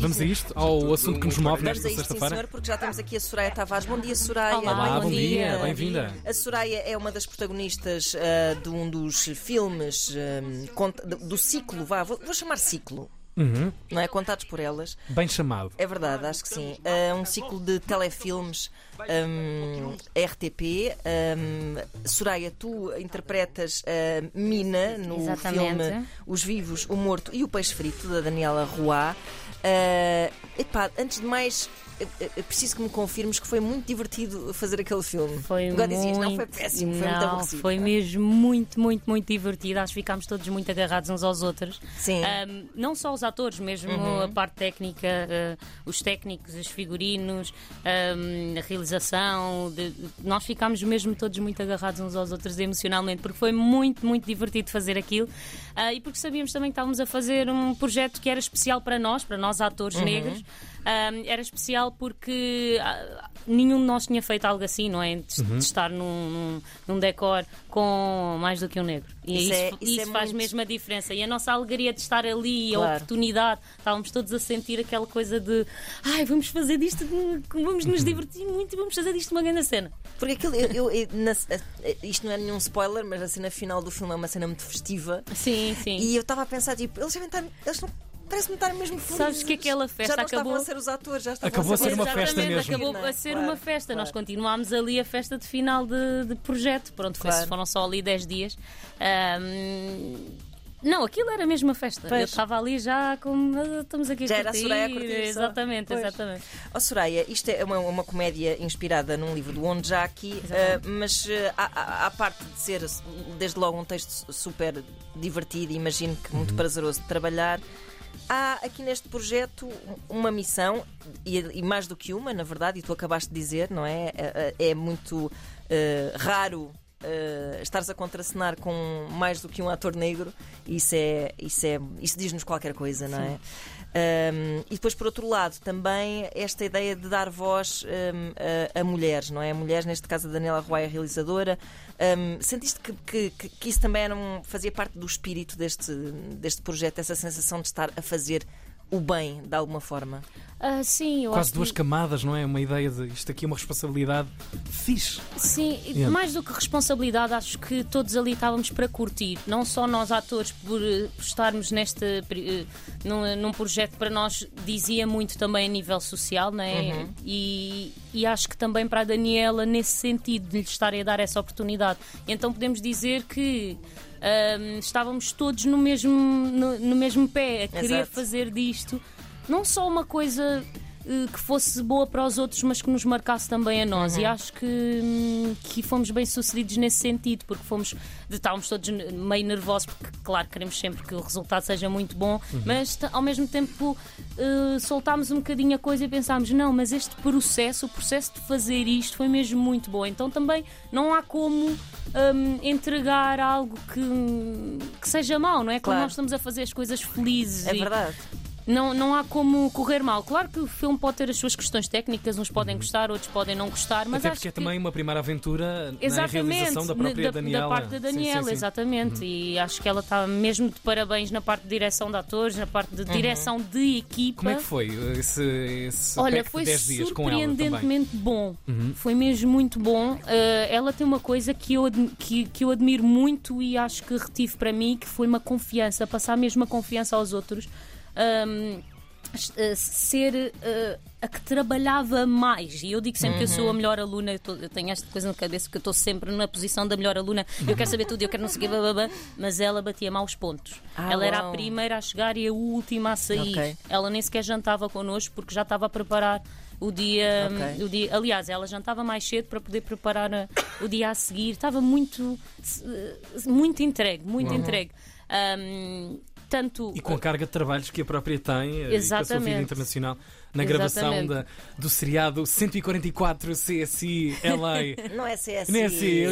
Vamos a isto, ao assunto que nos move nesta Vamos a isto, sim, sexta-feira. senhor, porque já temos aqui a Soraya Tavares. Bom dia, Soraya. Olá, bom dia, bem-vinda. A Soraya é uma das protagonistas de um dos filmes do ciclo, vou chamar ciclo. Não é? Contados por elas. Bem chamado. É verdade, acho que sim. Um ciclo de telefilmes RTP. Soraya, tu interpretas Mina no Exatamente. filme Os Vivos, o Morto e o Peixe Frito, da Daniela Roy. Antes de mais, preciso que me confirmes que foi muito divertido fazer aquele filme. Foi Agora muito... dizias, não foi péssimo, foi muito aborrecido. Foi mesmo muito divertido. Acho que ficámos todos muito agarrados uns aos outros. Sim. Não só os atores, mesmo a parte técnica, os técnicos, os figurinos, a realização. Nós ficámos mesmo todos muito agarrados uns aos outros emocionalmente, porque foi muito divertido fazer aquilo. E porque sabíamos também que estávamos a fazer um projeto que era especial para nós atores negros. Era especial porque nenhum de nós tinha feito algo assim, não é? De estar num decor com mais do que um negro. E isso faz muito... mesmo a diferença. E a nossa alegria de estar ali, Claro. a oportunidade, estávamos todos a sentir aquela coisa de vamos fazer disto, vamos nos divertir muito e vamos fazer disto uma grande cena. Porque aquilo, isto não é nenhum spoiler, mas a cena final do filme é uma cena muito festiva. Sim. E eu estava a pensar, tipo, eles não parece-me estar mesmo felizes. Sabes que aquela festa já não acabou... estavam a ser os atores, já estavam Acabou a ser uma festa Exatamente, mesmo. acabou a ser Claro, uma festa. claro. Nós continuámos ali a festa de final de projeto. Pronto, Claro. foram só ali 10 dias. Não, aquilo era mesmo uma festa. Pois. Eu estava ali já como estamos aqui Já a era a curtir. Soraya a curtir só. Exatamente, Pois. exatamente. Oh, Soraya, isto é uma comédia inspirada num livro do Onjaki, mas à parte de ser desde logo um texto super divertido e imagino que muito prazeroso de trabalhar, há aqui neste projeto uma missão, e mais do que uma, na verdade, e tu acabaste de dizer, não é? É muito raro estares a contracenar com mais do que um ator negro, e isso diz-nos qualquer coisa, não é? E depois, por outro lado, também esta ideia de dar voz a mulheres, não é? A mulheres, neste caso a Daniela Roy, a realizadora. Sentiste que isso também fazia parte do espírito deste projeto, essa sensação de estar a fazer o bem, de alguma forma? Sim, eu Quase acho duas camadas, não é? Uma ideia de isto aqui é uma responsabilidade fixe. Sim, mais do que responsabilidade, acho que todos ali estávamos para curtir. Não só nós atores, por estarmos num projeto para nós dizia muito também a nível social, não é? E acho que também para a Daniela, nesse sentido de lhe estarem a dar essa oportunidade. Então podemos dizer que estávamos todos no mesmo pé, a querer Exato. fazer disto não só uma coisa que fosse boa para os outros, mas que nos marcasse também a nós. E acho que fomos bem sucedidos nesse sentido, porque estávamos todos meio nervosos, porque claro, queremos sempre que o resultado seja muito bom, mas ao mesmo tempo soltámos um bocadinho a coisa e pensámos, não, mas o processo de fazer isto foi mesmo muito bom. Então também não há como entregar algo que seja mau, não é? Quando Claro. nós estamos a fazer as coisas felizes. É verdade. Não há como correr mal. Claro que o filme pode ter as suas questões técnicas, uns podem gostar, outros podem não gostar, mas Até acho porque é que... também uma primeira aventura na Exatamente, realização da própria Daniela. Da parte da Daniela, Sim. exatamente. E acho que ela está mesmo de parabéns na parte de direção de atores, na parte de direção de equipa. Como é que foi esse Olha, pack de foi 10 dias com ela também? surpreendentemente bom. Foi mesmo muito bom. Ela tem uma coisa que eu admiro muito e acho que retive para mim, que foi uma confiança, passar mesmo a confiança aos outros. Ser a que trabalhava mais, e eu digo sempre que eu sou a melhor aluna, eu tenho esta coisa na cabeça que eu estou sempre na posição da melhor aluna, eu quero saber tudo, eu quero não sei o quê, mas ela batia-me aos pontos. Ela era a primeira a chegar e a última a sair. Ok. Ela nem sequer jantava connosco porque já estava a preparar o dia. Aliás, ela jantava mais cedo para poder preparar o dia a seguir. Estava muito entregue, muito entregue. Tanto... E com a carga de trabalhos que a própria tem, e com a sua vida Exatamente. internacional, na gravação do seriado 144 CSI LA. Não é CSI. Não é assim,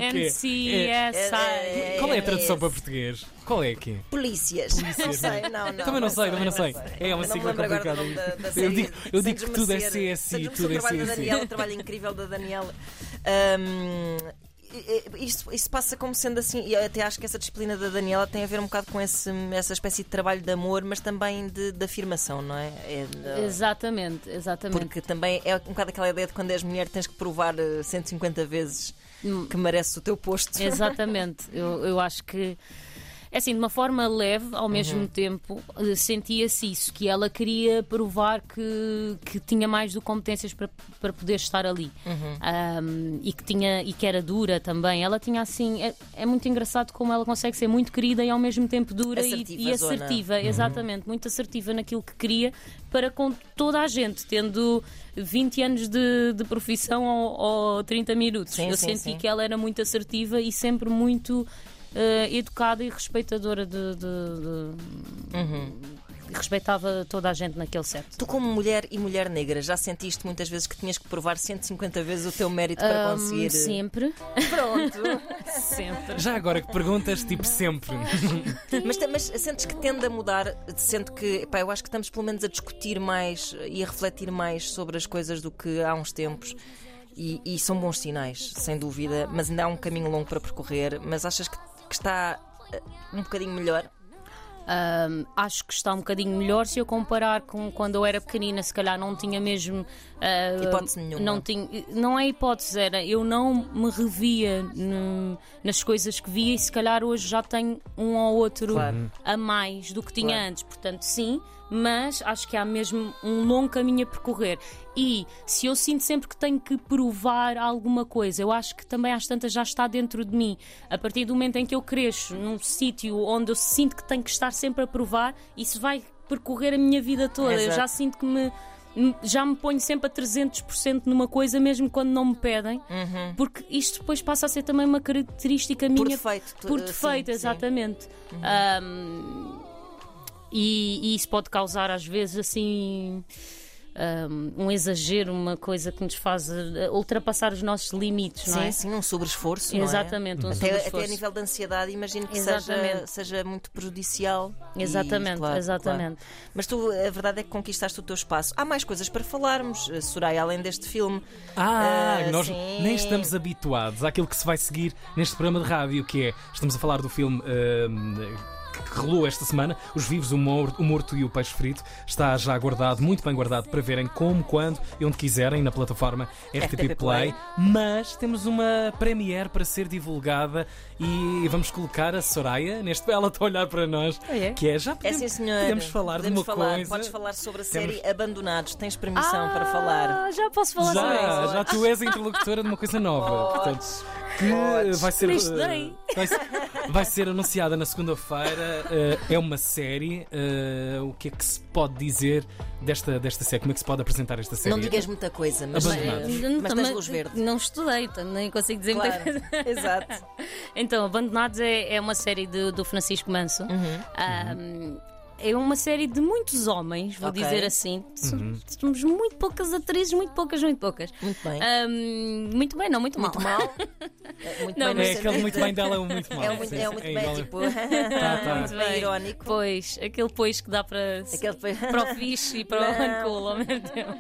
NCSI. Qual é a tradução para português? Qual é que é? Polícias. Não sei, não. Também não sei. É uma sigla complicada. Eu digo que tudo é CSI, tudo é O trabalho da CSI. Daniela, o trabalho incrível da Daniela. isso passa como sendo assim, e eu até acho que essa disciplina da Daniela tem a ver um bocado com essa espécie de trabalho de amor, mas também de afirmação, não é? Exatamente. Porque também é um bocado aquela ideia de quando és mulher tens que provar 150 vezes que mereces o teu posto. Exatamente. Eu acho que é assim, de uma forma leve, ao mesmo tempo, sentia-se isso, que ela queria provar que tinha mais do que competências para poder estar ali. E que era dura também. Ela tinha assim. É muito engraçado como ela consegue ser muito querida e ao mesmo tempo dura e assertiva. Exatamente, muito assertiva naquilo que queria para com toda a gente, tendo 20 anos de profissão ou 30 minutos. Eu senti que ela era muito assertiva e sempre muito educada e respeitadora respeitava toda a gente naquele set. Tu, como mulher e mulher negra, já sentiste muitas vezes que tinhas que provar 150 vezes o teu mérito para conseguir? Sempre. Pronto. Sempre. Já agora que perguntas, tipo sempre. Mas sentes que tende a mudar? Sente que, eu acho que estamos pelo menos a discutir mais e a refletir mais sobre as coisas do que há uns tempos. E são bons sinais, sem dúvida, mas ainda há um caminho longo para percorrer. Mas achas que está um bocadinho melhor? Acho que está um bocadinho melhor se eu comparar com quando eu era pequenina. Se calhar não tinha mesmo hipótese nenhuma. Não é hipótese, era eu não me revia nas coisas que via e se calhar hoje já tenho um ou outro a mais do que tinha antes. Portanto, sim, mas acho que há mesmo um longo caminho a percorrer. E se eu sinto sempre que tenho que provar alguma coisa, eu acho que também às tantas já está dentro de mim. A partir do momento em que eu cresço num sítio onde eu sinto que tenho que estar sempre a provar, isso vai percorrer a minha vida toda. Exato. Eu já sinto que já me ponho sempre a 300% numa coisa, mesmo quando não me pedem, porque isto depois passa a ser também uma característica minha. Por defeito, sim, exatamente. E isso pode causar às vezes assim um exagero, uma coisa que nos faz ultrapassar os nossos limites, não é? Sim, um sobreesforço. Exatamente, não é? sobreesforço. Até a nível de ansiedade, imagino que seja muito prejudicial. Exatamente. Claro. Mas tu, a verdade é que conquistaste o teu espaço. Há mais coisas para falarmos, Soraya, além deste filme. Nós sim. nem estamos habituados àquilo que se vai seguir neste programa de rádio, que é, estamos a falar do filme que rolou esta semana, Os Vivos, o Morto e o Peixe Frito. Está já guardado, muito bem guardado, para verem como, quando e onde quiserem na plataforma RTP Play. Mas temos uma premiere para ser divulgada e vamos colocar a Soraya neste. Ela está a olhar para nós, que é, já podemos falar de uma coisa. Podes falar sobre a série Abandonados. Tens permissão para falar? Já posso falar sobre isso. Já tu és a interlocutora de uma coisa nova. Portanto, que vai ser anunciada na segunda-feira. É uma série. O que é que se pode dizer desta série? Como é que se pode apresentar esta série? Não digas muita coisa, mas tens luz verde. Não estudei, nem consigo dizer muita coisa. Exato. Então, Abandonados é uma série do Francisco Manso. É uma série de muitos homens, vou dizer assim. Somos muito poucas atrizes, muito poucas. Muito bem. Muito bem, não, muito mal. Muito mal? Muito Não, bem, É aquele muito bem dela, o muito mal. É muito bem, tipo. Tá. Muito bem irónico. Pois, aquele pois que dá para o fixe e para o uncool ao mesmo tempo.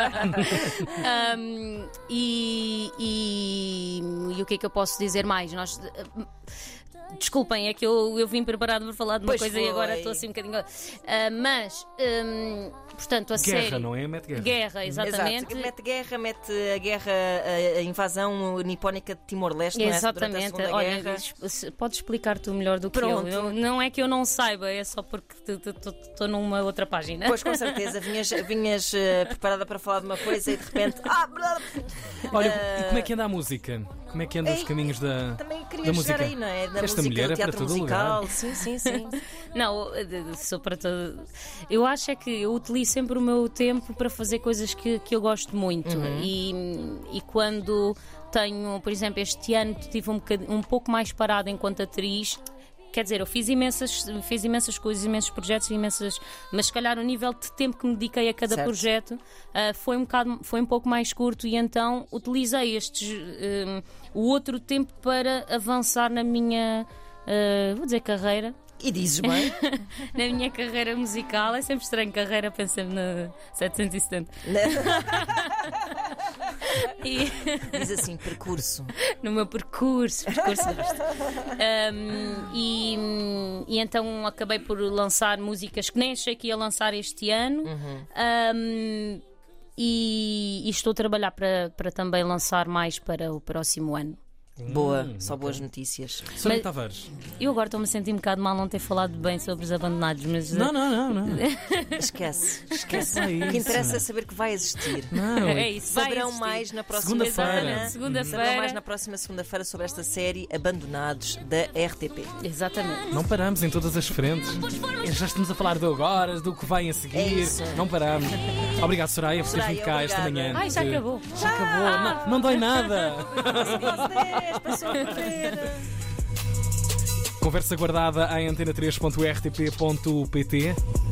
E o que é que eu posso dizer mais? Desculpem, é que eu vim preparado para falar de uma coisa e agora estou assim um bocadinho. Portanto, a série. Guerra, não é? Mete guerra. Guerra, exatamente. Exato. Mete a guerra, a invasão nipónica de Timor-Leste, não é? Exatamente. Durante a Olha, Guerra. podes explicar tu melhor do que eu. Não é que eu não saiba, é só porque estou numa outra página. Pois, com certeza. Vinhas preparada para falar de uma coisa e de repente. Olha, e como é que anda a música? Como é que andam os caminhos da também queria da chegar música? aí, não é? Da Esta música, mulher do é para teatro todo musical. lugar. Sim. Não, sou para todo. Eu acho é que eu utilizo sempre o meu tempo para fazer coisas que eu gosto muito. E quando tenho, por exemplo, este ano estive um pouco mais parada enquanto atriz. Quer dizer, eu fiz imensas coisas, imensos projetos, mas se calhar o nível de tempo que me dediquei a cada projeto foi um pouco mais curto e então utilizei o outro tempo para avançar na minha, vou dizer, carreira. E dizes bem. Na minha carreira musical. É sempre estranho, carreira, pensando na 770. Diz assim, percurso. No meu percurso gosto. E então acabei por lançar músicas que nem achei que ia lançar este ano. E estou a trabalhar para também lançar mais para o próximo ano. Boa, só boas notícias. Sónia Tavares. Eu agora estou-me a sentir um bocado mal não ter falado bem sobre os abandonados, mas Não. Esquece. É O que interessa é saber que vai existir. Não, é isso. vai Saberão existir. mais na próxima Segunda-feira. semana. Segunda-feira. Saberão mais na próxima segunda-feira sobre esta série Abandonados da RTP. Exatamente. Não paramos em todas as frentes. Já estamos a falar do agora, do que vai a seguir. É isso. Não paramos. Obrigado, Soraya, por teres vindo cá esta obrigada. manhã. Ai, já acabou. Já acabou. Não dói nada. Passou a correr. Conversa guardada em antena3.rtp.pt.